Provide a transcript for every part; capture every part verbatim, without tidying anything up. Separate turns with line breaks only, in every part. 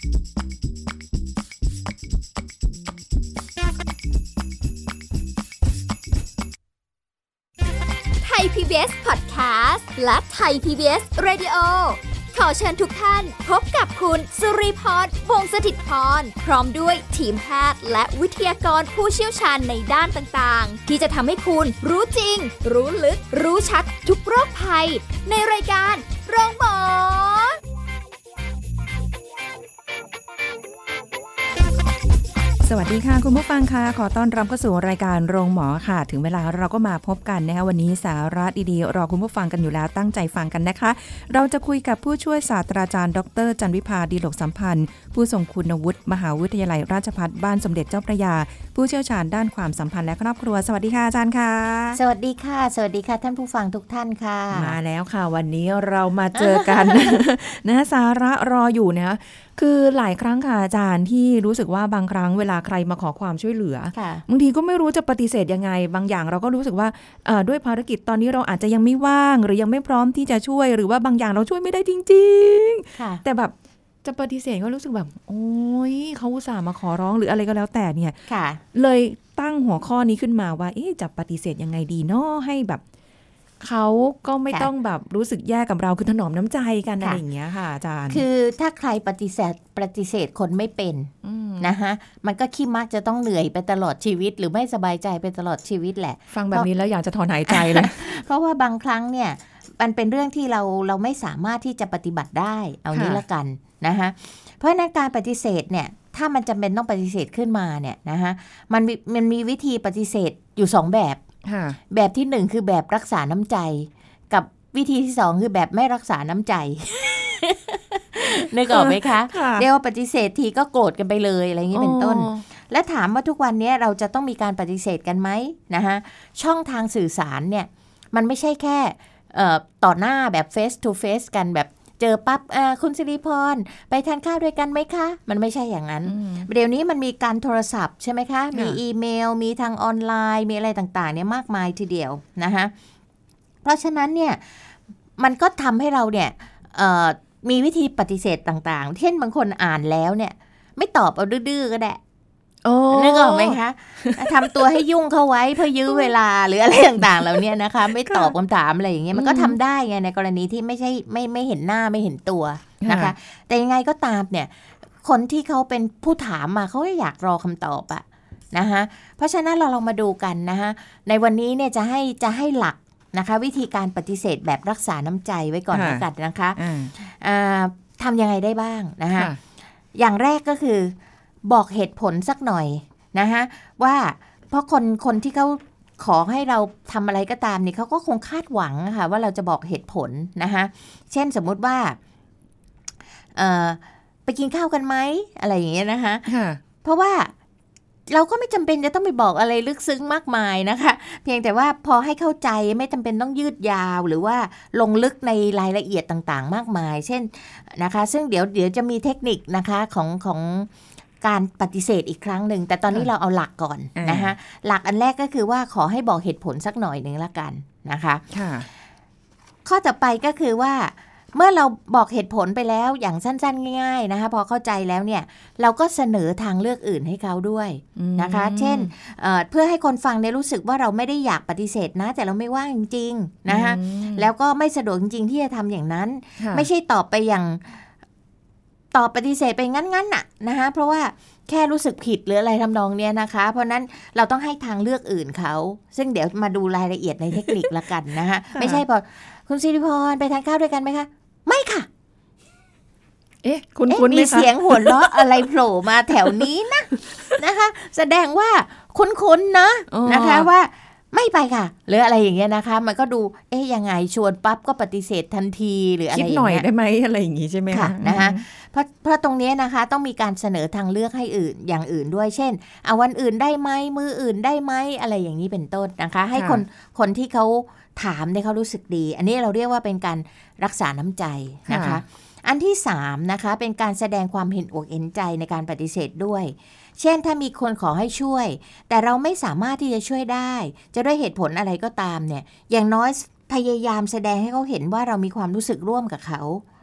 ไทย พี บี เอส Podcast และไทย พี บี เอส Radio ขอเชิญทุกท่านพบกับคุณสุริพร วงศ์สถิตพรพร้อมด้วยทีมแพทย์และวิทยากรผู้เชี่ยวชาญในด้านต่างๆที่จะทำให้คุณรู้จริงรู้ลึกรู้ชัดทุกโรคภัยในรายการโรงหมอ
สวัสดีค่ะคุณผู้ฟังค่ะขอต้อนรับเข้าสู่รายการโรงหมอค่ะถึงเวลาเราก็มาพบกันนะคะวันนี้สาระดีๆรอคุณผู้ฟังกันอยู่แล้วตั้งใจฟังกันนะคะเราจะคุยกับผู้ช่วยศาสตราจารย์ดรจันวิภาดีหลกสัมพันธ์ผู้ทรงคุณวุฒิมหาวิทยาลัยราชภัฏบ้านสมเด็จเจ้าพระยาผู้เชี่ยวชาญด้านความสัมพันธ์และครอบครัวสวัสดีค่ะอาจารย์ค่ะ
สวัสดีค่ะสวัสดีค่ะท่านผู้ฟังทุกท่านค่ะ
มาแล้วค่ะวันนี้เรามาเจอกัน นะสาระรออยู่นะคือหลายครั้งค่ะอาจารย์ที่รู้สึกว่าบางครั้งเวลาใครมาขอความช่วยเหลือบางทีก็ไม่รู้จะปฏิเสธยังไงบางอย่างเราก็รู้สึกว่าด้วยภารกิจตอนนี้เราอาจจะยังไม่ว่างหรือยังไม่พร้อมที่จะช่วยหรือว่าบางอย่างเราช่วยไม่ได้จริงๆแต่แบบจะปฏิเสธก็รู้สึกแบบโอ๊ยเขาอุตส่าห์มาขอร้องหรืออะไรก็แล้วแต่เนี่ยเลยตั้งหัวข้อนี้ขึ้นมาว่าเอ๊ะจะปฏิเสธยังไงดีเนาะให้แบบเขาก็ไม่ต้องแบบรู้สึกแย่กับเราคือถนอมน้ำใจกันอะไรอย่างเงี้ยค่ะอาจารย์
คือถ้าใครปฏิเสธปฏิเสธคนไม่เป็นนะคะมันก็ขี้มักจะต้องเหนื่อยไปตลอดชีวิตหรือไม่สบายใจไปตลอดชีวิตแหละ
ฟังแบบนี้แล้วอยากจะถอนหายใจเลย
เพราะว่าบางครั้งเนี่ยมันเป็นเรื่องที่เราเราไม่สามารถที่จะปฏิบัติได้เอานี้ละกันนะคะเพราะนั้นการปฏิเสธเนี่ยถ้ามันจำเป็นต้องปฏิเสธขึ้นมาเนี่ยนะคะมันมันมีวิธีปฏิเสธอยู่สองแบบแบบที่หนึ่งคือแบบรักษาน้ำใจกับวิธีที่สองคือแบบไม่รักษาน้ำใจนึกออกไหมคะเรียกว่าปฏิเสธทีก็โกรธกันไปเลยอะไรอย่างนี้เป็นต้นและถามว่าทุกวันนี้เราจะต้องมีการปฏิเสธกันไหมนะคะช่องทางสื่อสารเนี่ยมันไม่ใช่แค่ต่อหน้าแบบ face to face กันแบบเจอปั๊บคุณสิริพรไปทานข้าวด้วยกันไหมคะมันไม่ใช่อย่างนั้นเดี๋ยวนี้มันมีการโทรศัพท์ใช่ไหมคะมีอีเมลมีทางออนไลน์มีอะไรต่างๆเนี่ยมากมายทีเดียวนะคะเพราะฉะนั้นเนี่ยมันก็ทำให้เราเนี่ยมีวิธีปฏิเสธต่างๆเช่นบางคนอ่านแล้วเนี่ยไม่ตอบเอาดื้อๆก็ได้นึกออกไหมคะทำตัวให้ยุ่งเข้าไว้เพื่อยื้อเวลาหรืออะไรต่างๆเหล่านี้นะคะไม่ตอบคำถามอะไรอย่างเงี้ยมันก็ทำได้ไงในกรณีที่ไม่ใช่ไม่ไม่เห็นหน้าไม่เห็นตัวนะคะแต่ยังไงก็ตามเนี่ยคนที่เขาเป็นผู้ถามมาเขาก็อยากรอคำตอบอะนะคะเพราะฉะนั้นเราลองมาดูกันนะคะในวันนี้เนี่ยจะให้จะให้หลักนะคะวิธีการปฏิเสธแบบรักษาน้ำใจไว้ก่อนแล้วกันนะคะทำยังไงได้บ้างนะคะอย่างแรกก็คือบอกเหตุผลสักหน่อยนะคะว่าเพราะคนคนที่เขาขอให้เราทำอะไรก็ตามนี่เขาก็คงคาดหวังค่ะว่าเราจะบอกเหตุผลนะคะเช่นสมมุติว่าเอ่อไปกินข้าวกันไหมอะไรอย่างเงี้ยนะคะเพราะว่าเราก็ไม่จำเป็นจะต้องไปบอกอะไรลึกซึ้งมากมายนะคะเพียงแต่ว่าพอให้เข้าใจไม่จำเป็นต้องยืดยาวหรือว่าลงลึกในรายละเอียดต่างๆมากมายเช่นนะคะซึ่งเดี๋ยวเดี๋ยวจะมีเทคนิคนะคะของของการปฏิเสธอีกครั้งหนึ่งแต่ตอนนี้เราเอาหลักก่อนนะคะหลักอันแรกก็คือว่าขอให้บอกเหตุผลสักหน่อยหนึ่งละกันนะคะข้อต่อไปก็คือว่าเมื่อเราบอกเหตุผลไปแล้วอย่างสั้นๆง่ายๆนะคะพอเข้าใจแล้วเนี่ยเราก็เสนอทางเลือกอื่นให้เขาด้วยนะคะเช่น เอ่อ เพื่อให้คนฟังได้รู้สึกว่าเราไม่ได้อยากปฏิเสธนะแต่เราไม่ว่างจริงๆนะคะแล้วก็ไม่สะดวกจริงๆที่จะทำอย่างนั้นไม่ใช่ตอบไปอย่างตอบปฏิเสธไปงั้นๆน่ะนะคะเพราะว่าแค่รู้สึกผิดหรืออะไรทำนองเนี้ยนะคะเพราะนั้นเราต้องให้ทางเลือกอื่นเขาซึ่งเดี๋ยวมาดูรายละเอียดในเทคนิคละกันนะคะไม่ใช่พอคุณสิริพรไปทานข้าวด้วยกันไหมคะไม่ค่ะ
เอ๊ะคุณคุณ
มีเสียงหัวเราะอะไรโผล่มาแถวนี้นะนะคะแสดงว่าคุ้นๆนะนะคะว่าไม่ไปค่ะหรืออะไรอย่างเงี้ยนะคะมันก็ดูเอ๊ะยังไงชวนปั๊บก็ปฏิเสธทันทีหรืออะไรอย่างเงี้ยคิดหน่อย
ได้ไหมอะไรอย่างงี้ใช่ไหมคะ
นะคะเพราะเพราะตรงนี้นะคะต้องมีการเสนอทางเลือกให้อื่นอย่างอื่นด้วยเช่นเอาวันอื่นได้ไหมมื้ออื่นได้ไหมอะไรอย่างนี้เป็นต้นนะคะให้คนคนที่เขาถามเนี่ยเขารู้สึกดีอันนี้เราเรียกว่าเป็นการรักษาน้ำใจนะคะอันที่สามนะคะเป็นการแสดงความเห็นอกเห็นใจในการปฏิเสธด้วยเช่นถ้ามีคนขอให้ช่วยแต่เราไม่สามารถที่จะช่วยได้จะด้วยเหตุผลอะไรก็ตามเนี่ยอย่างน้อยพยายามแสดงให้เขาเห็นว่าเรามีความรู้สึกร่วมกับเขา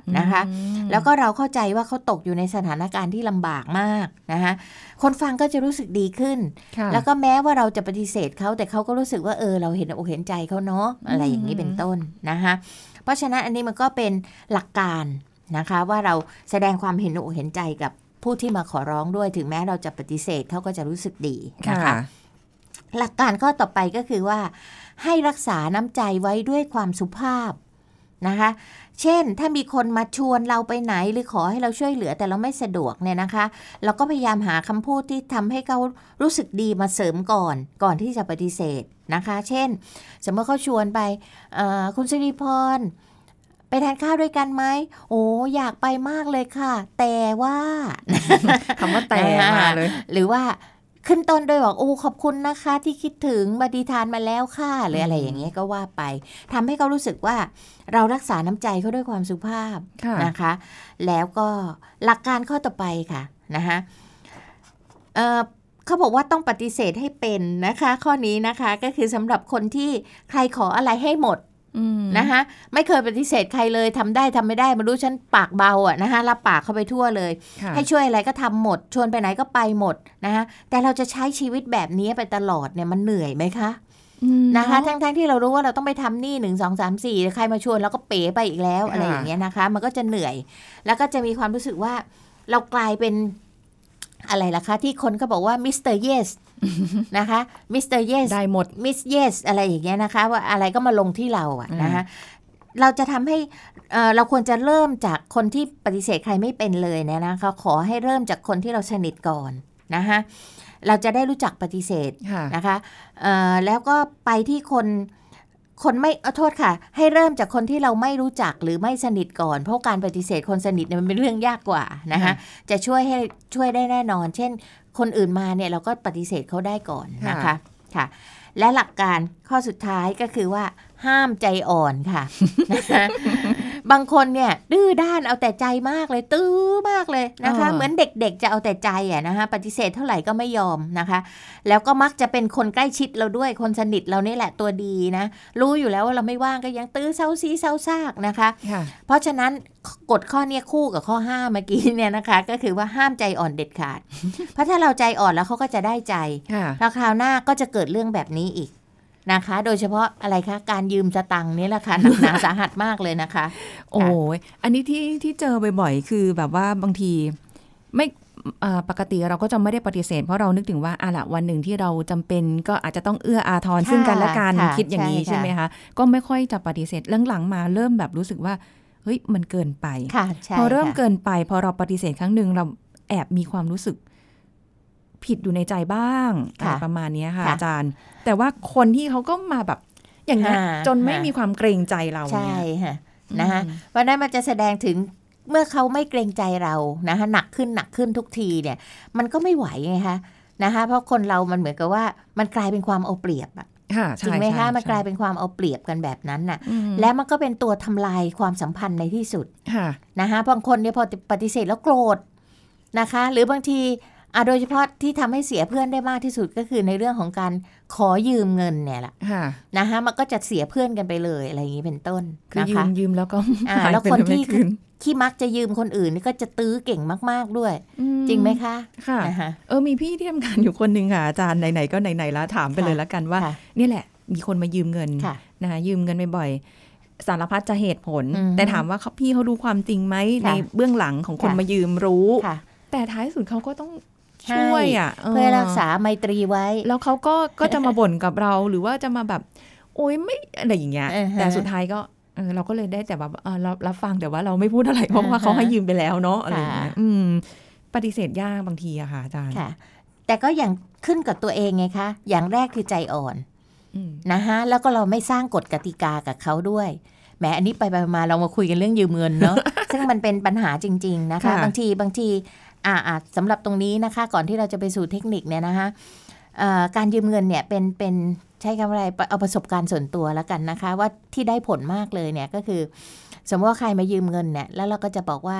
นะคะแล้วก็เราเข้าใจว่าเขาตกอยู่ในสถานการณ์ที่ลำบากมากนะคะคนฟังก็จะรู้สึกดีขึ้นแล้วก็แม้ว่าเราจะปฏิเสธเขาแต่เขาก็รู้สึกว่าเออเราเห็นอกเห็นใจเขาเนาะอะไรอย่างนี้เป็นต้นนะคะเพราะฉะนั้นอันนี้มันก็เป็นหลักการนะคะว่าเราแสดงความเห็นอกเห็นใจกับผู้ที่มาขอร้องด้วยถึงแม้เราจะปฏิเสธเขาก็จะรู้สึกดีนะคะหลักการข้อต่อไปก็คือว่าให้รักษาน้ำใจไว้ด้วยความสุภาพนะคะเช่นถ้ามีคนมาชวนเราไปไหนหรือขอให้เราช่วยเหลือแต่เราไม่สะดวกเนี่ยนะคะเราก็พยายามหาคำพูดที่ทำให้เขารู้สึกดีมาเสริมก่อนก่อนที่จะปฏิเสธนะคะเช่นสมมติเขาชวนไปคุณสิริพรไปทานข้าวด้วยกันไหมโอ้อยากไปมากเลยค่ะแต่ว่า
คำว่าแต่มาเลย
หรือว่าขึ้นต้นด้วยบอกโอ้ขอบคุณนะคะที่คิดถึงบดีทานมาแล้วค่ะหรืออะไรอย่างเงี้ยก็ว่าไปทำให้เขารู้สึกว่าเรารักษาน้ำใจเขาด้วยความสุภาพนะคะแล้วก็หลักการข้อต่อไปค่ะนะคะเอ่อเขาบอกว่าต้องปฏิเสธให้เป็นนะคะข้อนี้นะคะก็คือสำหรับคนที่ใครขออะไรให้หมดนะคะไม่เคยปฏิเสธใครเลยทำได้ทำไม่ได้มารู้ฉันปากเบาอ่ะนะคะรับปากเข้าไปทั่วเลยให้ช่วยอะไรก็ทำหมดชวนไปไหนก็ไปหมดนะคะแต่เราจะใช้ชีวิตแบบนี้ไปตลอดเนี่ยมันเหนื่อยไหมคะนะคะทั้งๆ ท, ที่เรารู้ว่าเราต้องไปทำนี่หนึ่งสองสามสี่ใครมาชวนเราก็เป๋ไปอีกแล้วอะไรอย่างเงี้ยนะคะมันก็จะเหนื่อยแล้วก็จะมีความรู้สึกว่าเรากลายเป็นอะไรล่ะคะที่คนก็บอกว่ามิสเตอร์เยสนะคะมิสเตอร์เยส
ได้หมด
มิสเยสอะไรอย่างเงี้ยนะคะว่าอะไรก็มาลงที่เราอะนะคะเราจะทำให้เอ่อเราควรจะเริ่มจากคนที่ปฏิเสธใครไม่เป็นเลยเนี่ยนะคะขอให้เริ่มจากคนที่เราสนิทก่อนนะคะเราจะได้รู้จักปฏิเสธนะคะเอ่อแล้วก็ไปที่คนคนไม่เอาโทษค่ะให้เริ่มจากคนที่เราไม่รู้จักหรือไม่สนิทก่อนเพราะการปฏิเสธคนสนิทเนี่ยมันเป็นเรื่องยากกว่านะคะจะช่วยให้ช่วยได้แน่นอนเช่นคนอื่นมาเนี่ยเราก็ปฏิเสธเขาได้ก่อนนะคะค่ะและหลักการข้อสุดท้ายก็คือว่าห้ามใจอ่อนค่ะ บางคนเนี่ยดื้อด้านเอาแต่ใจมากเลยตื้อมากเลยนะคะเหมือนเด็กๆจะเอาแต่ใจอ่ะนะคะปฏิเสธเท่าไหร่ก็ไม่ยอมนะคะแล้วก็มักจะเป็นคนใกล้ชิดเราด้วยคนสนิทเรานี่แหละตัวดีนะรู้อยู่แล้วว่าเราไม่ว่างก็ยังตื้อเซาซีเซาซากนะคะเพราะฉะนั้นกฎข้อนี้คู่กับข้อห้าเมื่อกี้เนี่ยนะคะก็คือว่าห้ามใจอ่อนเด็ดขาด เพราะถ้าเราใจอ่อนแล้วเขาก็จะได้ใจแล้วคราวหน้าก็จะเกิดเรื่องแบบนี้อีกนะคะโดยเฉพาะอะไรคะการยืมสตังค์นี่แหละค่ะหนักหนาสาหัสมากเลยนะคะ
โอ้ยอันนี้ที่ที่เจอบ่อยๆคือแบบว่าบางทีไม่ปกติเราก็จะไม่ได้ปฏิเสธเพราะเรานึกถึงว่าอ่ะละวันหนึ่งที่เราจำเป็นก็อาจจะต้องเอื้ออาทรซึ่งกันและกันคิดอย่างนี้ใช่ไหมคะก็ไม่ค่อยจะปฏิเสธหลังๆมาเริ่มแบบรู้สึกว่าเฮ้ยมันเกินไปพอเริ่มเกินไปพอเราปฏิเสธครั้งหนึ่งเราแอบมีความรู้สึกผิดอยู่ในใจบ้างประมาณนี้ค่ะอาจารย์แต่ว่าคนที่เขาก็มาแบบอย่างนี้จนไม่มีความเกรงใจเรา
ใช่ค่ะนะคะเพราะนั้นมันจะแสดงถึงเมื่อเขาไม่เกรงใจเรานะคะหนักขึ้นหนักขึ้นทุกทีเนี่ยมันก็ไม่ไหวไงคะนะคะเพราะคนเรามันเหมือนกับว่ามันกลายเป็นความเอาเปรียบอะจริงไหมคะมันกลายเป็นความเอาเปรียบกันแบบนั้นน่ะแล้วมันก็เป็นตัวทำลายความสัมพันธ์ในที่สุดนะคะบางคนเนี่ยพอปฏิเสธแล้วโกรธนะคะหรือบางทีอ่ะโดยเฉพาะที่ทำให้เสียเพื่อนได้มากที่สุดก็คือในเรื่องของการขอยืมเงินเนี่ยแหละนะคะมันก็จะเสียเพื่อนกันไปเลยอะไรอย่างนี้เป็นต้น
คือยืมยืมแล้วก็
แล้วคนที่ที่มักจะยืมคนอื่นนี่ก็จะตื้อเก่งมากๆด้วยจริงไหมคะ
ค่ะเออมีพี่ที่ทำงานอยู่คนนึงค่ะอาจารย์ไหนๆก็ไหนๆแล้วถามไปเลยแล้วกันว่านี่แหละมีคนมายืมเงินนะคะยืมเงินบ่อยๆสารพัดจะเหตุผลแต่ถามว่าพี่เขารู้ความจริงไหมในเบื้องหลังของคนมายืมรู้แต่ท้ายสุดเขาก็ต้องช่วยอ่ะ
เพื่อรักษาไมตรีไว้
แล้วเขาก็ก็จะมาบ่นกับเราหรือว่าจะมาแบบโอ๊ยไม่อะไรอย่างเงี้ยแต่สุดท้ายก็เราก็เลยได้แต่แบบเรารับฟังแต่ว่าเราไม่พูดอะไรเพราะว่าเขาให้ยืมไปแล้วเนาะอะไรอย่างเงี้ยปฏิเสธยากบางทีอะค่ะอาจารย์
แต่ก็อย่างขึ้นกับตัวเองไงคะอย่างแรกคือใจอ่อนนะฮะแล้วก็เราไม่สร้างกฎกติกากับเขาด้วยแหมอันนี้ไปไปมาเรามาคุยกันเรื่องยืมเงินเนาะ ซึ่งมันเป็นปัญหาจริงๆนะคะบางทีบางทีอ่าสำหรับตรงนี้นะคะก่อนที่เราจะไปสู่เทคนิคเนี่ยนะคะการยืมเงินเนี่ยเป็นเป็นใช้คำอะไรเอาประสบการณ์ส่วนตัวแล้วกันนะคะว่าที่ได้ผลมากเลยเนี่ยก็คือสมมติว่าใครมายืมเงินเนี่ยแล้วเราก็จะบอกว่า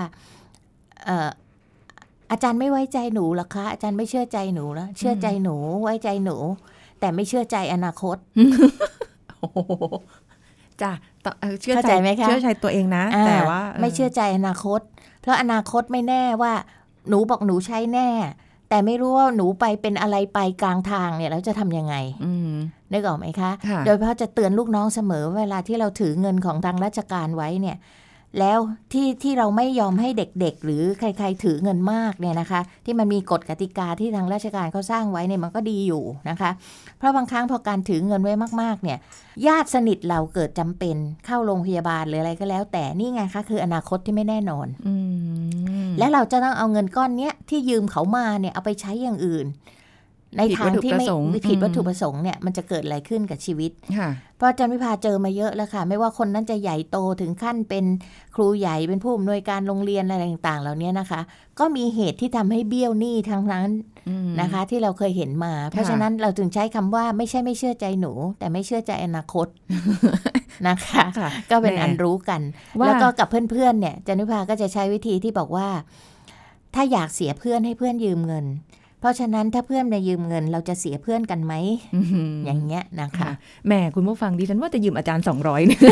อาจารย์ไม่ไว้ใจหนูหรอคะอาจารย์ไม่เชื่อใจหนูแล้วเชื่อใจหนูไว้ใจหนูแต่ไม่เชื่อใจอนาคต
จ้ะเชื่อ
เข้า
ใจ
ใจไหมคะ
เชื่อใจตัวเองนะแต่ว่า
ไม่เชื่อใจอนาคตเพราะอนาคตไม่แน่ว่าหนูบอกหนูใช้แน่แต่ไม่รู้ว่าหนูไปเป็นอะไรไปกลางทางเนี่ยแล้วจะทำยังไงนึกออกไหมคะโดยเฉพาะจะเตือนลูกน้องเสมอเวลาที่เราถือเงินของทางราชการไว้เนี่ยแล้วที่ที่เราไม่ยอมให้เด็กๆหรือใครๆถือเงินมากเนี่ยนะคะที่มันมีกฎกติกาที่ทางราชการเขาสร้างไว้เนี่ยมันก็ดีอยู่นะคะเพราะบางครั้งพอการถือเงินไว้มากๆเนี่ยญาติสนิทเราเกิดจำเป็นเข้าโรงพยาบาลหรืออะไรก็แล้วแต่นี่ไงคะคืออนาคตที่ไม่แน่นอนและเราจะต้องเอาเงินก้อนเนี้ยที่ยืมเขามาเนี่ยเอาไปใช้อย่างอื่นในทางที่ไม่ผิดวัตถุประสงค์เนี่ยมันจะเกิดอะไรขึ้นกับชีวิตเพราะอาจารย์วิภาเจอมาเยอะแล้วค่ะไม่ว่าคนนั้นจะใหญ่โตถึงขั้นเป็นครูใหญ่เป็นผู้อำนวยการโรงเรียนอะไรต่างๆเหล่านี้นะคะก็มีเหตุที่ทำให้เบี้ยวหนี้ทั้งนั้นนะคะที่เราเคยเห็นมาเพราะฉะนั้นเราจึงใช้คำว่าไม่ใช่ไม่เชื่อใจหนูแต่ไม่เชื่อใจอนาคตนะคะก็เป็นอันรู้กันแล้วก็กับเพื่อนๆเนี่ยอาจารย์วิภาก็จะใช้วิธีที่บอกว่าถ้าอยากเสียเพื่อนให้เพื่อนยืมเงินเพราะฉะนั้นถ้าเพื่อนมายืมเงินเราจะเสียเพื่อนกันไหม อย่างเงี้ยนะคะ
แหมคุณผู้ฟังดิฉันว่าจะยืมอาจารย์สองร้อยเนี่ย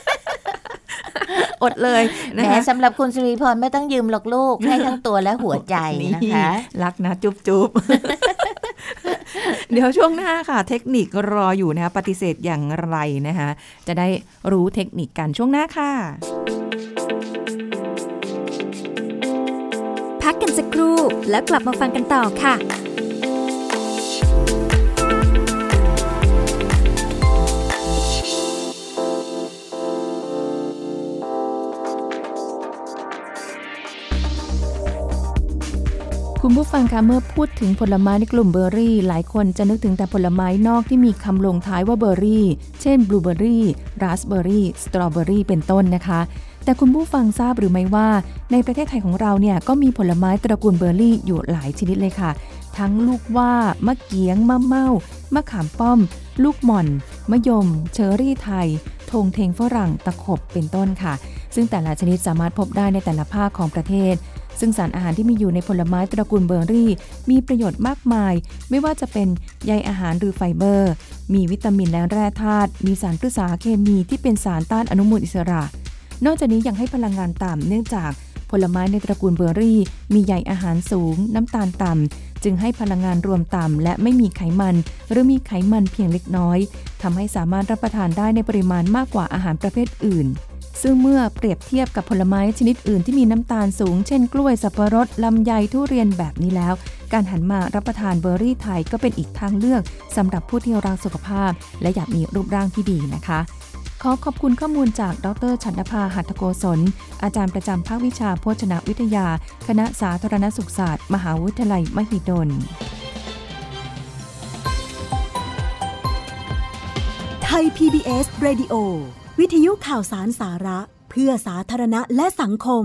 อดเลย
นะสำหรับคุณสิริพรไม่ต้องยืมหรอกลูกให้ทั้งตัวและหัวใจนะคะ
รักนะจุ๊บจุ๊บเดี๋ยวช่วงหน้าค่ะเทคนิครออยู่นะคะปฏิเสธอย่างไรนะคะจะได้รู้เทคนิคกันช่วงหน้าค่ะ
พักกันสักครู่แล้วกลับมาฟังกันต่อค่ะ
คุณผู้ฟังคะเมื่อพูดถึงผลไม้ในกลุ่มเบอร์รี่หลายคนจะนึกถึงแต่ผลไม้นอกที่มีคำลงท้ายว่าเบอร์รี่เช่นบลูเบอร์รี่ราสเบอร์รี่สตรอเบอร์รี่เป็นต้นนะคะแต่คุณผู้ฟังทราบหรือไม่ว่าในประเทศไทยของเราเนี่ยก็มีผลไม้ตระกูลเบอร์รี่อยู่หลายชนิดเลยค่ะทั้งลูกว่ามะเกี๊ยงมะเม่ามะขามป้อมลูกหม่อนมะยมเชอร์รี่ไทยธงเทงฝรั่งตะขบเป็นต้นค่ะซึ่งแต่ละชนิดสามารถพบได้ในแต่ละภาคของประเทศซึ่งสารอาหารที่มีอยู่ในผลไม้ตระกูลเบอร์รี่มีประโยชน์มากมายไม่ว่าจะเป็นใยอาหารหรือไฟเบอร์มีวิตามินและแร่ธาตุมีสารพฤกษาเคมีที่เป็นสารต้านอนุมูลอิสระนอกจากนี้ยังให้พลังงานต่ำเนื่องจากผลไม้ในตระกูลเบอร์รี่มีใยอาหารสูงน้ำตาลต่ำจึงให้พลังงานรวมต่ำและไม่มีไขมันหรือมีไขมันเพียงเล็กน้อยทำให้สามารถรับประทานได้ในปริมาณมากกว่าอาหารประเภทอื่นซึ่งเมื่อเปรียบเทียบกับผลไม้ชนิดอื่นที่มีน้ำตาลสูงเช่นกล้วยสับปะรดลำไยทุเรียนแบบนี้แล้วการหันมารับประทานเบอร์รี่ไทยก็เป็นอีกทางเลือกสำหรับผู้ที่รักสุขภาพและอยากมีรูปร่างที่ดีนะคะขอขอบคุณข้อมูลจากดร.ฉันทภา หัตถโกศลอาจารย์ประจำภาควิชาโภชนาวิทยาคณะสาธารณสุขศาสตร์มหาวิทยาลัยมหิดล
ไทย พี บี เอส Radio วิทยุข่าวสารสาระเพื่อสาธารณะและสังคม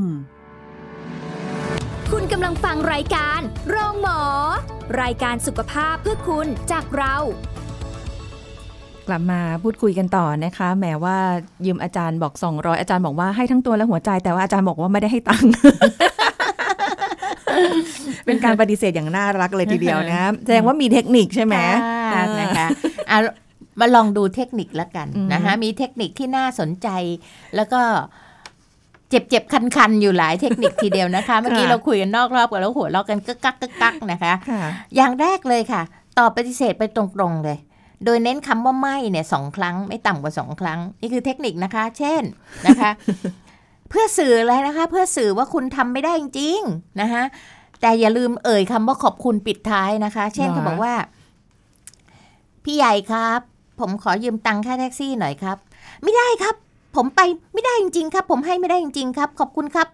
คุณกำลังฟังรายการโรงหมอรายการสุขภาพเพื่อคุณจากเรา
กลับมาพูดคุยกันต่อนะคะแม้ว่ายืมอาจารย์บอกสองร้อยอาจารย์บอกว่าให้ทั้งตัวและหัวใจแต่ว่าอาจารย์บอกว่าไม่ได้ให้ตังค์ เป็นการปฏิเสธอย่างน่ารักเลยทีเดียวนะแสดงว่ามีเทคนิคใช่ไหม
นะคะมาลองดูเทคนิคแล้วกันนะคะมีเทคนิคที่น่าสนใจแล้วก็เจ็บๆคันๆอยู่หลายเทคนิคทีเดียวนะคะเมื่อกี้เราคุยกันนอกรอบกันแล้วหัวเราะกันกึกกักกึกกักนะคะอย่างแรกเลยค่ะตอบปฏิเสธไปตรงๆเลยโดยเน้นคำว่าไม่เนี่ยสองครั้งไม่ต่ำกว่าสองครั้งนี่คือเทคนิคนะคะเช่นนะคะ เพื่อสื่ออะไรนะคะเพื่อสื่อว่าคุณทำไม่ได้จริงๆนะคะแต่อย่าลืมเอ่ยคำว่าขอบคุณปิดท้ายนะคะเช่นเขาบอกว่าพี่ใหญ่ครับผมขอยืมตังค่าแท็กซี่หน่อยครับไม่ได้ครับผมไปไม่ได้จริงๆครับผมให้ไม่ได้จริงๆครับขอบคุณครับ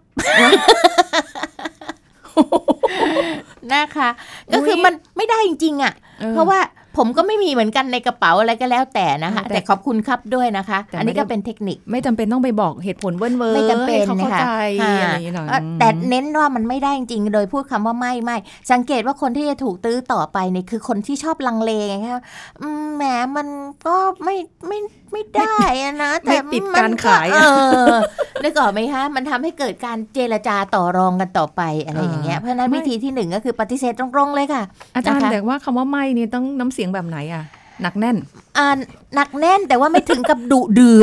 นะคะก็คือมันไม่ได้จริงๆอ่ะเพราะว่าผมก็ไม่มีเหมือนกันในกระเป๋าอะไรก็แล้วแต่นะคะแต่ขอบคุณครับด้วยนะคะอันนี้ก็เป็นเทคนิค
ไม่จำเป็นต้องไปบอกเหตุผลเว่นเวอร์
ไม่จำเป็นนะคะแต่เน้นว่ามันไม่ได้จริงโดยพูดคำว่าไม่ไม่สังเกตว่าคนที่จะถูกตื้อต่อไปเนี่ยคือคนที่ชอบลังเลไงคะแหมมันก็ไม่ไม่ไม่ได้นะแต่
ปิดการขาย
เออนึกออกไหมคะมันทำให้เกิดการเจรจาต่อรองกันต่อไปอะไรอย่างเงี้ยเพราะนั้นวิธีที่หนึ่งก็คือปฏิเสธตรงๆเลยค่ะ
อาจารย์แต่ว่าคำว่าไม่นี่ต้องน้ำเสียงแบบไหนอ่ะหนักแน่น
อ่าหนักแน่นแต่ว่าไม่ถึงกับดุเดือด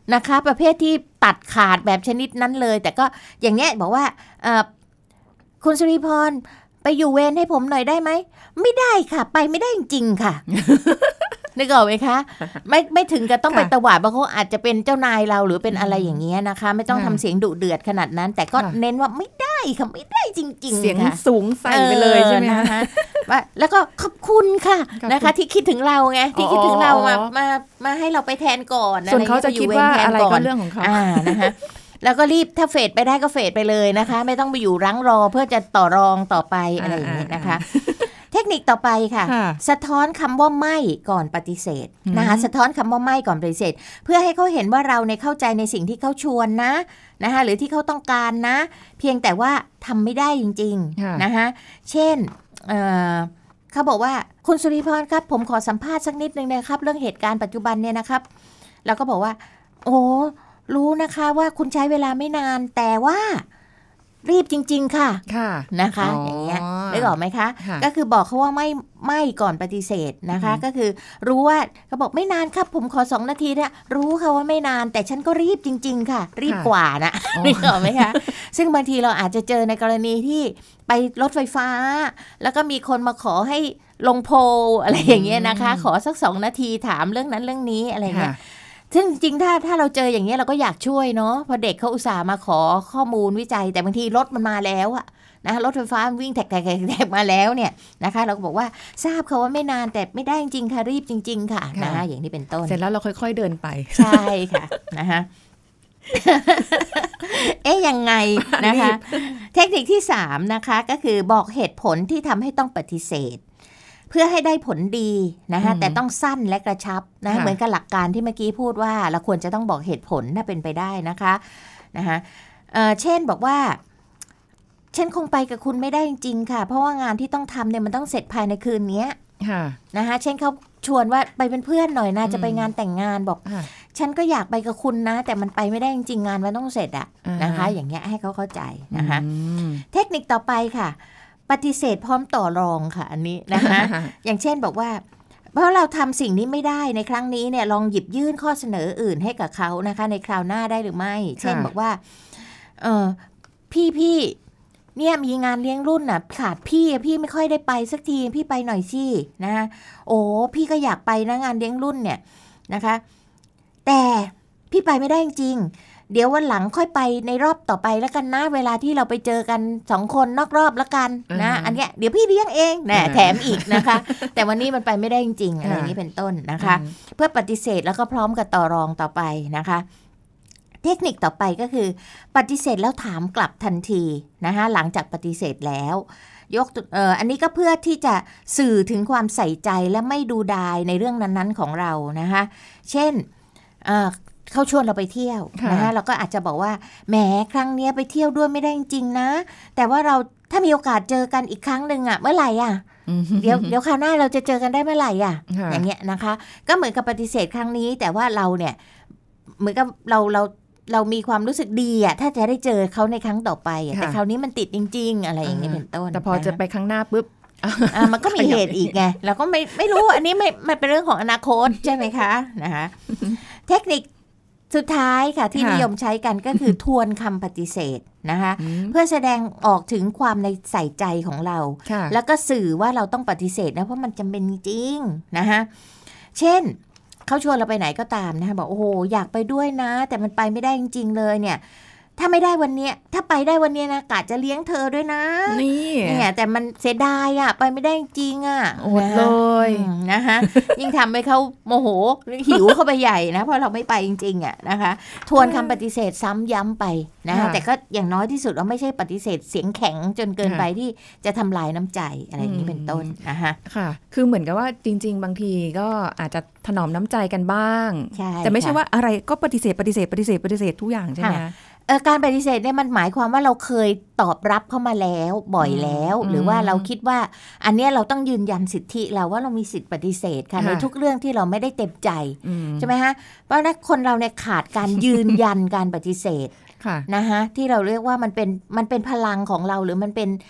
นะคะประเภทที่ตัดขาดแบบชนิดนั้นเลยแต่ก็อย่างเงี้ยบอกว่าคุณสุริพรไปอยู่เวรให้ผมหน่อยได้ไหมไม่ได้ค่ะไปไม่ได้จริงๆค่ะ นึกออกไหมคะไม่ไม่ถึงกับต้องไปตวาดเพราะเขาอาจจะเป็นเจ้านายเราหรือเป็นอะไรอย่างเงี้ยนะคะไม่ต้องทำเสียงดุเดือดขนาดนั้นแต่ก็เน้นว่าไม่ได้ค่ะไม่ได้จริงๆ
เสียงสูงใส่ไปเลยใช่ไหมคะ
แล้วก็ขอบคุณค่ะนะคะที่คิดถึงเราไงที่คิดถึงเรามามามาให้เราไปแทนก่อน
ส่วนเขาจะคิดว่าอะไรก็เรื่องของเขา
นะคะแล้วก็รีบถ้าเฟดไปได้ก็เฟดไปเลยนะคะไม่ต้องไปอยู่รั้งรอเพื่อจะต่อรองต่อไปอะไรอย่างเงี้ยนะคะเทคนิคต่อไปค่ะสะท้อนคำว่าไม่ก่อนปฏิเสธนะคะสะท้อนคำว่าไม่ก่อนปฏิเสธเพื่อให้เขาเห็นว่าเราในเข้าใจในสิ่งที่เขาชวนนะนะคะหรือที่เขาต้องการนะเพียงแต่ว่าทำไม่ได้จริงๆนะคะเช่น เ, เขาบอกว่าคุณสุริพรครับผมขอสัมภาษณ์สักนิดนึงนะครับเรื่องเหตุการณ์ปัจจุบันเนี่ยนะครับแล้วก็บอกว่าโอ้รู้นะคะว่าคุณใช้เวลาไม่นานแต่ว่ารีบจริงๆค่ะ
ค่ะ
นะคะอย่างเงี้ยได้บอกไหมคะก็คือบอกเขาว่าไม่ไม่ก่อนปฏิเสธนะคะก็คือรู้ว่าเขาบอกไม่นานครับผมขอสองนาทีเนี่ยรู้ค่ะว่าไม่นานแต่ฉันก็รีบจริงๆค่ะรีบกว่านะได้บอกไหมคะซึ่งบางทีเราอาจจะเจอในกรณีที่ไปรถไฟฟ้าแล้วก็มีคนมาขอให้ลงโพลอะไรอย่างเงี้ยนะคะขอสักสองนาทีถามเรื่องนั้นเรื่องนี้อะไรเงี้ยซึ่งจริงถ้าถ้าเราเจออย่างนี้เราก็อยากช่วยเนาะพอเด็กเขาอุตส่าห์มาขอข้อมูลวิจัยแต่บางทีรถมันมาแล้วอะนะรถไฟฟ้าวิ่งแทกๆๆมาแล้วเนี่ยนะคะเราก็บอกว่าทราบค่ะว่าไม่นานแต่ไม่ได้จริงค่ะรีบจริงๆค่ะนะอย่างนี้เป็นต้น
เสร็จแล้วเราค่อยๆเดินไป
ใช่ค่ะนะคะเอ๊ะยังไงนะคะเทคนิคที่สามนะคะก็คือบอกเหตุผลที่ทำให้ต้องปฏิเสธเพื่อให้ได้ผลดีนะคะแต่ต้องสั้นและกระชับนะเหมือนกับหลักการที่เมื่อกี้พูดว่าเราควรจะต้องบอกเหตุผลถ้าเป็นไปได้นะคะนะคะเอ่อเช่นบอกว่าฉันคงไปกับคุณไม่ได้จริงๆค่ะเพราะว่างานที่ต้องทำเนี่ยมันต้องเสร็จภายในคืนนี้นะคะเช่นเขาชวนว่าไปเป็นเพื่อนหน่อยนะจะไปงานแต่งงานบอกฉันก็อยากไปกับคุณนะแต่มันไปไม่ได้จริงๆงานมันต้องเสร็จอะนะคะอย่างเงี้ยให้เขาเข้าใจนะคะเทคนิคต่อไปค่ะปฏิเสธพร้อมต่อรองค่ะอันนี้นะคะ อย่างเช่นบอกว่าเพราะเราทำสิ่งนี้ไม่ได้ในครั้งนี้เนี่ยลองหยิบยื่นข้อเสนออื่นให้กับเขานะคะในคราวหน้าได้หรือไม่เช่นบอกว่าเออพี่พี่เนี่ยมีงานเลี้ยงรุ่นน่ะขาดพี่พี่ไม่ค่อยได้ไปสักทีพี่ไปหน่อยสินะคะโอ้พี่ก็อยากไปนะงานเลี้ยงรุ่นเนี่ยนะคะแต่พี่ไปไม่ได้จริงเดี๋ยววันหลังค่อยไปในรอบต่อไปแล้วกันนะเวลาที่เราไปเจอกันสองคนนอกรอบแล้วกันนะอันเนี้ยเดี๋ยวพี่เลี้ยงเองนะแถมอีกนะคะแต่วันนี้มันไปไม่ได้จริงๆอะไรนี้เป็นต้นนะคะเพื่อปฏิเสธแล้วก็พร้อมกับต่อรองต่อไปนะคะเทคนิคต่อไปก็คือปฏิเสธแล้วถามกลับทันทีนะคะหลังจากปฏิเสธแล้วยกเอ่ออันนี้ก็เพื่อที่จะสื่อถึงความใส่ใจและไม่ดูดายในเรื่องนั้นๆของเรานะคะเช่นเอ่อเขาชวนเราไปเที่ยวนะคะเราก็อาจจะบอกว่าแหมครั้งนี้ไปเที่ยวด้วยไม่ได้จริงๆนะแต่ว่าเราถ้ามีโอกาสเจอกันอีกครั้งหนึ่งอ่ะเมื่อไหร่อ่ะเดี๋ยวเดี๋ยวคราวหน้าเราจะเจอกันได้เมื่อไหร่อ่ะอย่างเงี้ยนะคะก็เหมือนกับปฏิเสธครั้งนี้แต่ว่าเราเนี่ยเหมือนกับเราเราเรามีความรู้สึกดีอ่ะถ้าจะได้เจอเขาในครั้งต่อไปแต่คราวนี้มันติดจริงๆอะไรอย่างเงี้ยเป็นต้น
แต่พอจะไปครั้งหน้าปุ๊บ
อ่ะมันก็มีเหตุอีกไงเราก็ไม่ไม่รู้อันนี้ไม่ไม่เป็นเรื่องของอนาคตใช่ไหมคะนะคะเทคนิคสุดท้ายค่ะที่นิยมใช้กันก็คือทวนคำปฏิเสธนะคะเพื่อแสดงออกถึงความในใส่ใจของเราแล้วก็สื่อว่าเราต้องปฏิเสธนะเพราะมันจำเป็นจริงนะคะเช่นเขาชวนเราไปไหนก็ตามนะคะบอกโอ้โหอยากไปด้วยนะแต่มันไปไม่ได้จริงๆเลยเนี่ยถ้าไม่ได้วันนี้ถ้าไปได้วันนี้นะกะจะเลี้ยงเธอด้วยนะนี่เนี่ยแต่มันเสียดายอ่ะไปไม่ได้จริงอ่ะ
อดเลย
นะคะยิ่งทำให้เขาโมโหหิวเข้าไปใหญ่นะเพราะเราไม่ไปจริงๆอ่ะนะคะทวนคำปฏิเสธซ้ำย้ำไปนะคะแต่ก็อย่างน้อยที่สุดเราไม่ใช่ปฏิเสธเสียงแข็งจนเกินไปที่จะทำลายน้ำใจอะไรอย่างนี้เป็นต้นนะคะ
ค่ะคือเหมือนกับว่าจริงๆบางทีก็อาจจะถนอมน้ำใจกันบ้างแต่ไม่ใช่ว่าอะไรก็ปฏิเสธปฏิเสธปฏิเสธปฏิเสธทุกอย่างใช่ไหม
เออการปฏิเสธเนี่ยมันหมายความว่าเราเคยตอบรับเข้ามาแล้วบ่อยแล้วหรือว่าเราคิดว่าอันเนี้ยเราต้องยืนยันสิทธิเราว่าเรามีสิทธิปฏิเสธค่ะในทุกเรื่องที่เราไม่ได้เต็มใจใช่ไหมฮะเพราะนั้นคนเราเนี่ยขาดการยืนยันการปฏิเสธนะคะที่เราเรียกว่ามันเป็นมันเป็นพลังของเราหรือมันเป็น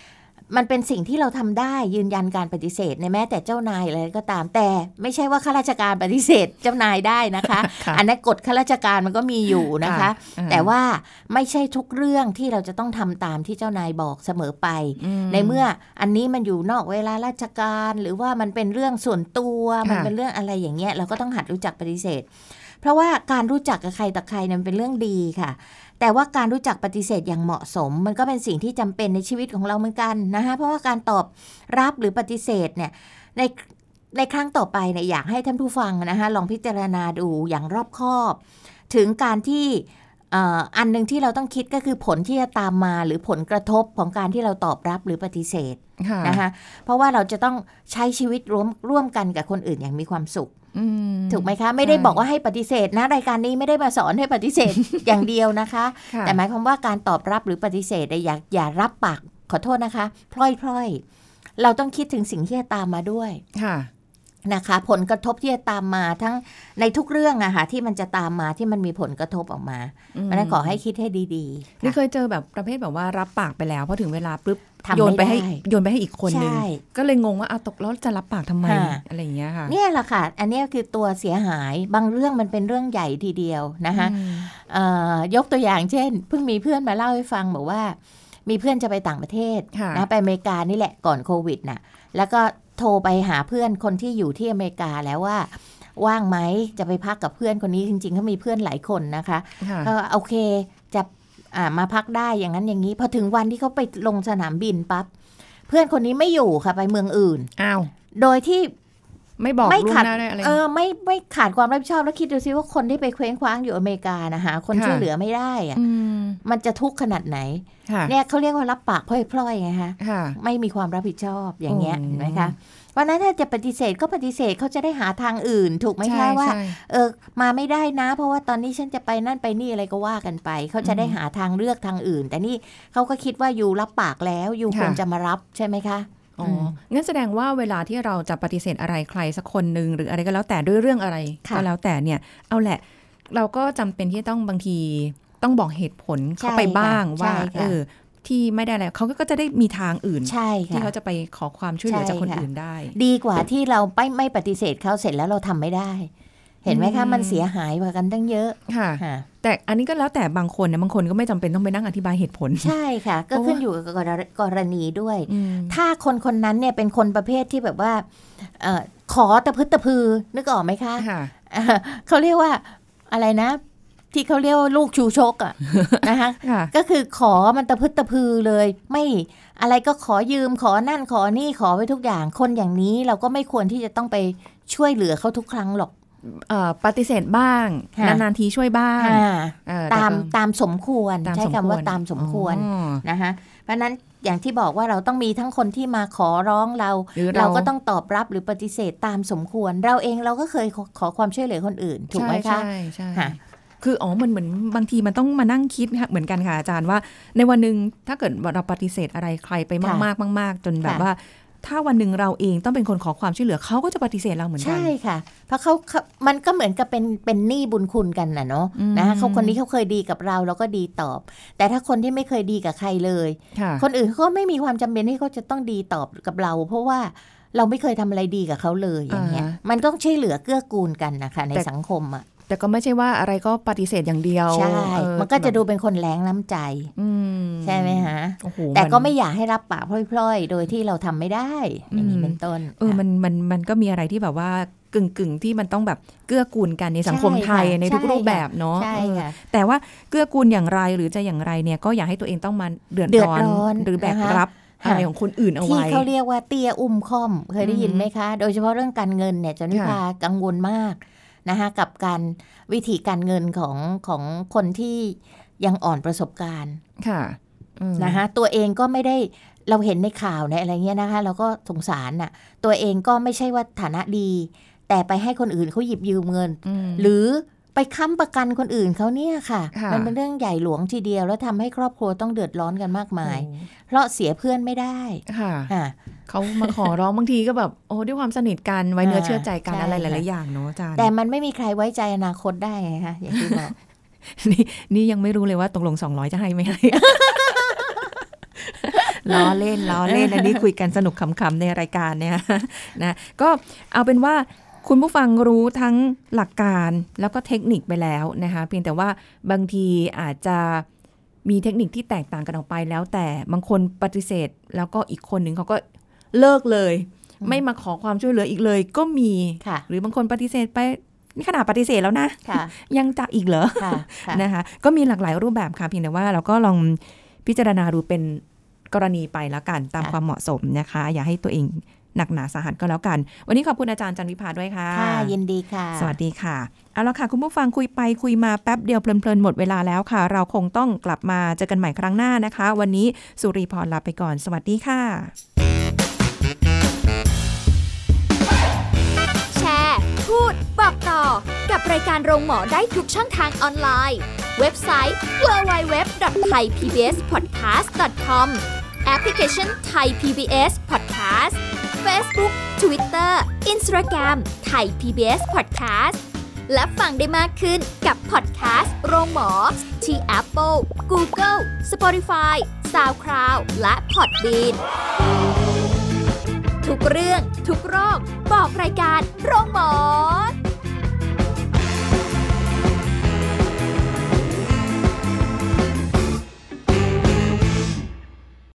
มันเป็นสิ่งที่เราทำได้ยืนยันการปฏิเสธในแม้แต่เจ้านายอะไรก็ตามแต่ไม่ใช่ว่าข้าราชการปฏิเสธเจ้านายได้นะคะ อันนั้นกฎข้าราชการมันก็มีอยู่นะคะแต่ว่าไม่ใช่ทุกเรื่องที่เราจะต้องทำตามที่เจ้านายบอกเสมอไปในเมื่ออันนี้มันอยู่นอกเวลาราชการหรือว่ามันเป็นเรื่องส่วนตัวมันเป็นเรื่องอะไรอย่างเงี้ยเราก็ต้องหัดรู้จักปฏิเสธเพราะว่าการรู้จักกับใครต่อใครนั้นเป็นเรื่องดีค่ะแต่ว่าการรู้จักปฏิเสธอย่างเหมาะสมมันก็เป็นสิ่งที่จำเป็นในชีวิตของเราเหมือนกันนะคะเพราะว่าการตอบรับหรือปฏิเสธเนี่ยในในครั้งต่อไปเนี่ยอยากให้ท่านผู้ฟังนะคะลองพิจารณาดูอย่างรอบคอบถึงการที่อันนึงที่เราต้องคิดก็คือผลที่จะตามมาหรือผลกระทบของการที่เราตอบรับหรือปฏิเสธนะคะเพราะว่าเราจะต้องใช้ชีวิตร่วมร่วมกันกับคนอื่นอย่างมีความสุขถูกไหมคะไม่ได้บอกว่าให้ปฏิเสธนะรายการนี้ไม่ได้มาสอนให้ปฏิเสธ อย่างเดียวนะคะแต่หมายความว่าการตอบรับหรือปฏิเสธอย่าอย่ารับปากขอโทษนะคะพล่อยๆเราต้องคิดถึงสิ่งที่จะตามมาด้วยนะคะผลกระทบที่จะตามมาทั้งในทุกเรื่องอะค่ะที่มันจะตามมาที่มันมีผลกระทบออกมาเพราะนั้นขอให้คิดให้ดีๆ
นี่เคยเจอแบบประเภทแบบว่ารับปากไปแล้วพอถึงเวลาปุ๊บโยนไปให้โยนไปให้อีกคนนึงก็เลยงงว่าเอาตกแล้วจะรับปากทำไมอะไรอย่างเงี้ยค่ะ
เนี่ยแหละค่ะอันนี้คือตัวเสียหายบางเรื่องมันเป็นเรื่องใหญ่ทีเดียวนะคะยกตัวอย่างเช่นเพิ่งมีเพื่อนมาเล่าให้ฟังบอกว่ามีเพื่อนจะไปต่างประเทศนะไปอเมริกานี่แหละก่อนโควิดน่ะแล้วก็โทรไปหาเพื่อนคนที่อยู่ที่อเมริกาแล้วว่าว่างไหมจะไปพักกับเพื่อนคนนี้จริงๆเขามีเพื่อนหลายคนนะคะก็โอเคจะมาพักได้อย่างนั้นอย่างนี้พอถึงวันที่เขาไปลงสนามบินปั๊บเพื่อนคนนี้ไม่อยู่ค่ะไปเมืองอื่น
อ้าว
โดยที่
ไม่บอกล่วงหน้าได้อะไร
เออไม่ไม่ขาดความรับผิดชอบแล้วคิดดูซิว่าคนที่ไปเคว้งคว้างอยู่อเมริกานะคะคนช่วยเหลือไม่ได้อะมันจะทุกข์ขนาดไหนเนี่ยเขาเรียกว่ารับปากพล่อยๆไงคะไม่มีความรับผิดชอบอย่างเงี้ยเห็นไหมคะวันนั้นถ้าจะปฏิเสธก็ปฏิเสธเขาจะได้หาทางอื่นถูกไหมคะว่าเออมาไม่ได้นะเพราะว่าตอนนี้ฉันจะไปนั่นไปนี่อะไรก็ว่ากันไปเขาจะได้หาทางเลือกทางอื่นแต่นี่เขาก็คิดว่าอยู่รับปากแล้วอยู่ควรจะมารับใช่ไหมคะ
อ๋องั้นแสดงว่าเวลาที่เราจะปฏิเสธอะไรใครสักคนนึงหรืออะไรก็แล้วแต่ด้วยเรื่องอะไรก็แล้วแต่เนี่ยเอาแหละเราก็จำเป็นที่ต้องบางทีต้องบอกเหตุผลเข้าไปบ้างว่าเออที่ไม่ได้แล้วเขาก็จะได้มีทางอื่นที่เขาจะไปขอความช่วยเหลือจากคนอื่นได้
ดีกว่าที่เราไม่ไม่ปฏิเสธเขาเสร็จแล้วเราทำไม่ได้เห็นไหมคะมันเสียหายกว่ากันตั้งเยอะ
ค่ะแต่อันนี้ก็แล้วแต่บางคนนะบางคนก็ไม่จำเป็นต้องไปนั่งอธิบายเหตุผล
ใช่ค่ะก็ขึ้นอยู่กับกรณีด้วยถ้าคนคนนั้นเนี่ยเป็นคนประเภทที่แบบว่าขอตะพึดตะพือนึกออกไหมคะเขาเรียกว่าอะไรนะที่เขาเรียกว่าลูกชูชกอ่ะนะคะก็คือขอมันตะพึดตะพือเลยไม่อะไรก็ขอยืมขอนั่นขอนี่ขอไว้ทุกอย่างคนอย่างนี้เราก็ไม่ควรที่จะต้องไปช่วยเหลือเขาทุกครั้งหรอก
ปฏิเสธบ้างนานๆทีช่วยบ้าง
ตามตามสมควรใช้คำว่าตามสมควรนะคะเพราะนั้นอย่างที่บอกว่าเราต้องมีทั้งคนที่มาขอร้องเราเราก็ต้องตอบรับหรือปฏิเสธตามสมควรเราเองเราก็เคยขอความช่วยเหลือคนอื่นถูกไหมคะ
ใช่ใช่คืออ๋อมันเหมือนบางทีมันต้องมานั่งคิดเหมือนกันค่ะอาจารย์ว่าในวันนึงถ้าเกิดเราปฏิเสธอะไรใครไปมากๆมากๆจนแบบว่าถ้าวันหนึ่งเราเองต้องเป็นคนขอความช่วยเหลือเขาก็จะปฏิเสธเราเหมือนกัน
ใช่ค่ะเพราะเขามันก็เหมือนกับเป็นเป็นหนี้บุญคุณกันนะเนาะนะเขาคนนี้เขาเคยดีกับเราเราก็ดีตอบแต่ถ้าคนที่ไม่เคยดีกับใครเลยคนอื่นเขาไม่มีความจำเป็นที่เขาจะต้องดีตอบกับเราเพราะว่าเราไม่เคยทำอะไรดีกับเขาเลยอย่างเงี้ยมันต้องช่วยเหลือเกื้อกูลกันนะคะในสังคมอ่ะ
แต่ก็ไม่ใช่ว่าอะไรก็ปฏิเสธอย่างเดียว
ใช่มันก็จะดูเป็นคนแรงน้ำใจใช่ไหมฮะแต่ก็ไม่อยากให้รับปากพล่อยๆโดยที่เราทำไม่ได้อย่างนี้เป็นต้น
เออมันมันมันก็มีอะไรที่แบบว่ากึ่งกึ่งที่มันต้องแบบเกื้อกูลกันในสังคมไทยในทุกรูปแบบเนาะแต่ว่าเกื้อกูลอย่างไรหรือจะอย่างไรเนี่ยก็อย่าให้ตัวเองต้องมาเดือดร้อนหรือแบกรับอะไรของคนอื่นเอาไว้
ที่เขาเรียกว่าเตี้ยอุ้มค่อมเคยได้ยินไหมคะโดยเฉพาะเรื่องการเงินเนี่ยจนิพากังวลมากนะคะกับการวิธีการเงินของของคนที่ยังอ่อนประสบการณ์
ค่ะ
นะคะตัวเองก็ไม่ได้เราเห็นในข่าวในอะไรเงี้ยนะคะเราก็สงสารน่ะตัวเองก็ไม่ใช่ว่าฐานะดีแต่ไปให้คนอื่นเขาหยิบยืมเงินหรือไปค้ำประกันคนอื่นเขาเนี่ยค่ะมันเป็นเรื่องใหญ่หลวงทีเดียวแล้วทำให้ครอบครัวต้องเดือดร้อนกันมากมายเพราะเสียเพื่อนไม่ได้
ค่ะเขามาขอร้องบางทีก็แบบโอ้ด้วยความสนิทกันไว้เนื้อเชื่อใจกันอะไรหลายๆอย่างเนาะอาจารย์
แต่มันไม่มีใครไว้ใจอนาคตได้ไงคะอย่างที่บอก
นี่นี่ยังไม่รู้เลยว่าตกลงสองร้อยจะให้ไม่ให้ล้อเล่นล้อเล่นอันนี้คุยกันสนุกขำๆในรายการเนี่ยนะก็เอาเป็นว่าคุณผู้ฟังรู้ทั้งหลักการแล้วก็เทคนิคไปแล้วนะคะเพียงแต่ว่าบางทีอาจจะมีเทคนิคที่แตกต่างกันออกไปแล้วแต่บางคนปฏิเสธแล้วก็อีกคนหนึ่งเขาก็เลิกเลยไม่มาขอความช่วยเหลืออีกเลยก็มีหรือบางคนปฏิเสธไปนี่ขนาดปฏิเสธแล้วนะยังจะอีกเหรอนะคะก็มีหลากหลายรูปแบบค่ะเพียงแต่ว่าเราก็ลองพิจารณาดูเป็นกรณีไปแล้วกันตามความเหมาะสมนะคะอย่าให้ตัวเองหนักหนาสาหัสก็แล้วกันวันนี้ขอบคุณอาจารย์จันวิภาด้วยค่ะ
ค่ะยินดีค่ะ
สวัสดีค่ะเอาละค่ะคุณผู้ฟังคุยไปคุยมาแป๊บเดียวเพลินๆหมดเวลาแล้วค่ะเราคงต้องกลับมาเจอกันใหม่ครั้งหน้านะคะวันนี้สุรีพรลาไปก่อนสวัสดีค่ะ
แชร์พูดบอกต่อกับรายการโรงหมอได้ทุกช่องทางออนไลน์เว็บไซต์ ดับเบิลยู ดับเบิลยู ดับเบิลยู ดอท ไทย พี บี เอส พอดแคสต์ ดอท คอม แอปพลิเคชัน Thai พี บี เอส Podcast Facebook Twitter Instagram Thai พี บี เอส Podcast และฟังได้มากขึ้นกับพอดแคสต์โรงหมอที่ Apple, Google, Spotify, SoundCloud และ Podbean ทุกเรื่องทุกโรคบอกรายการโรงหมอ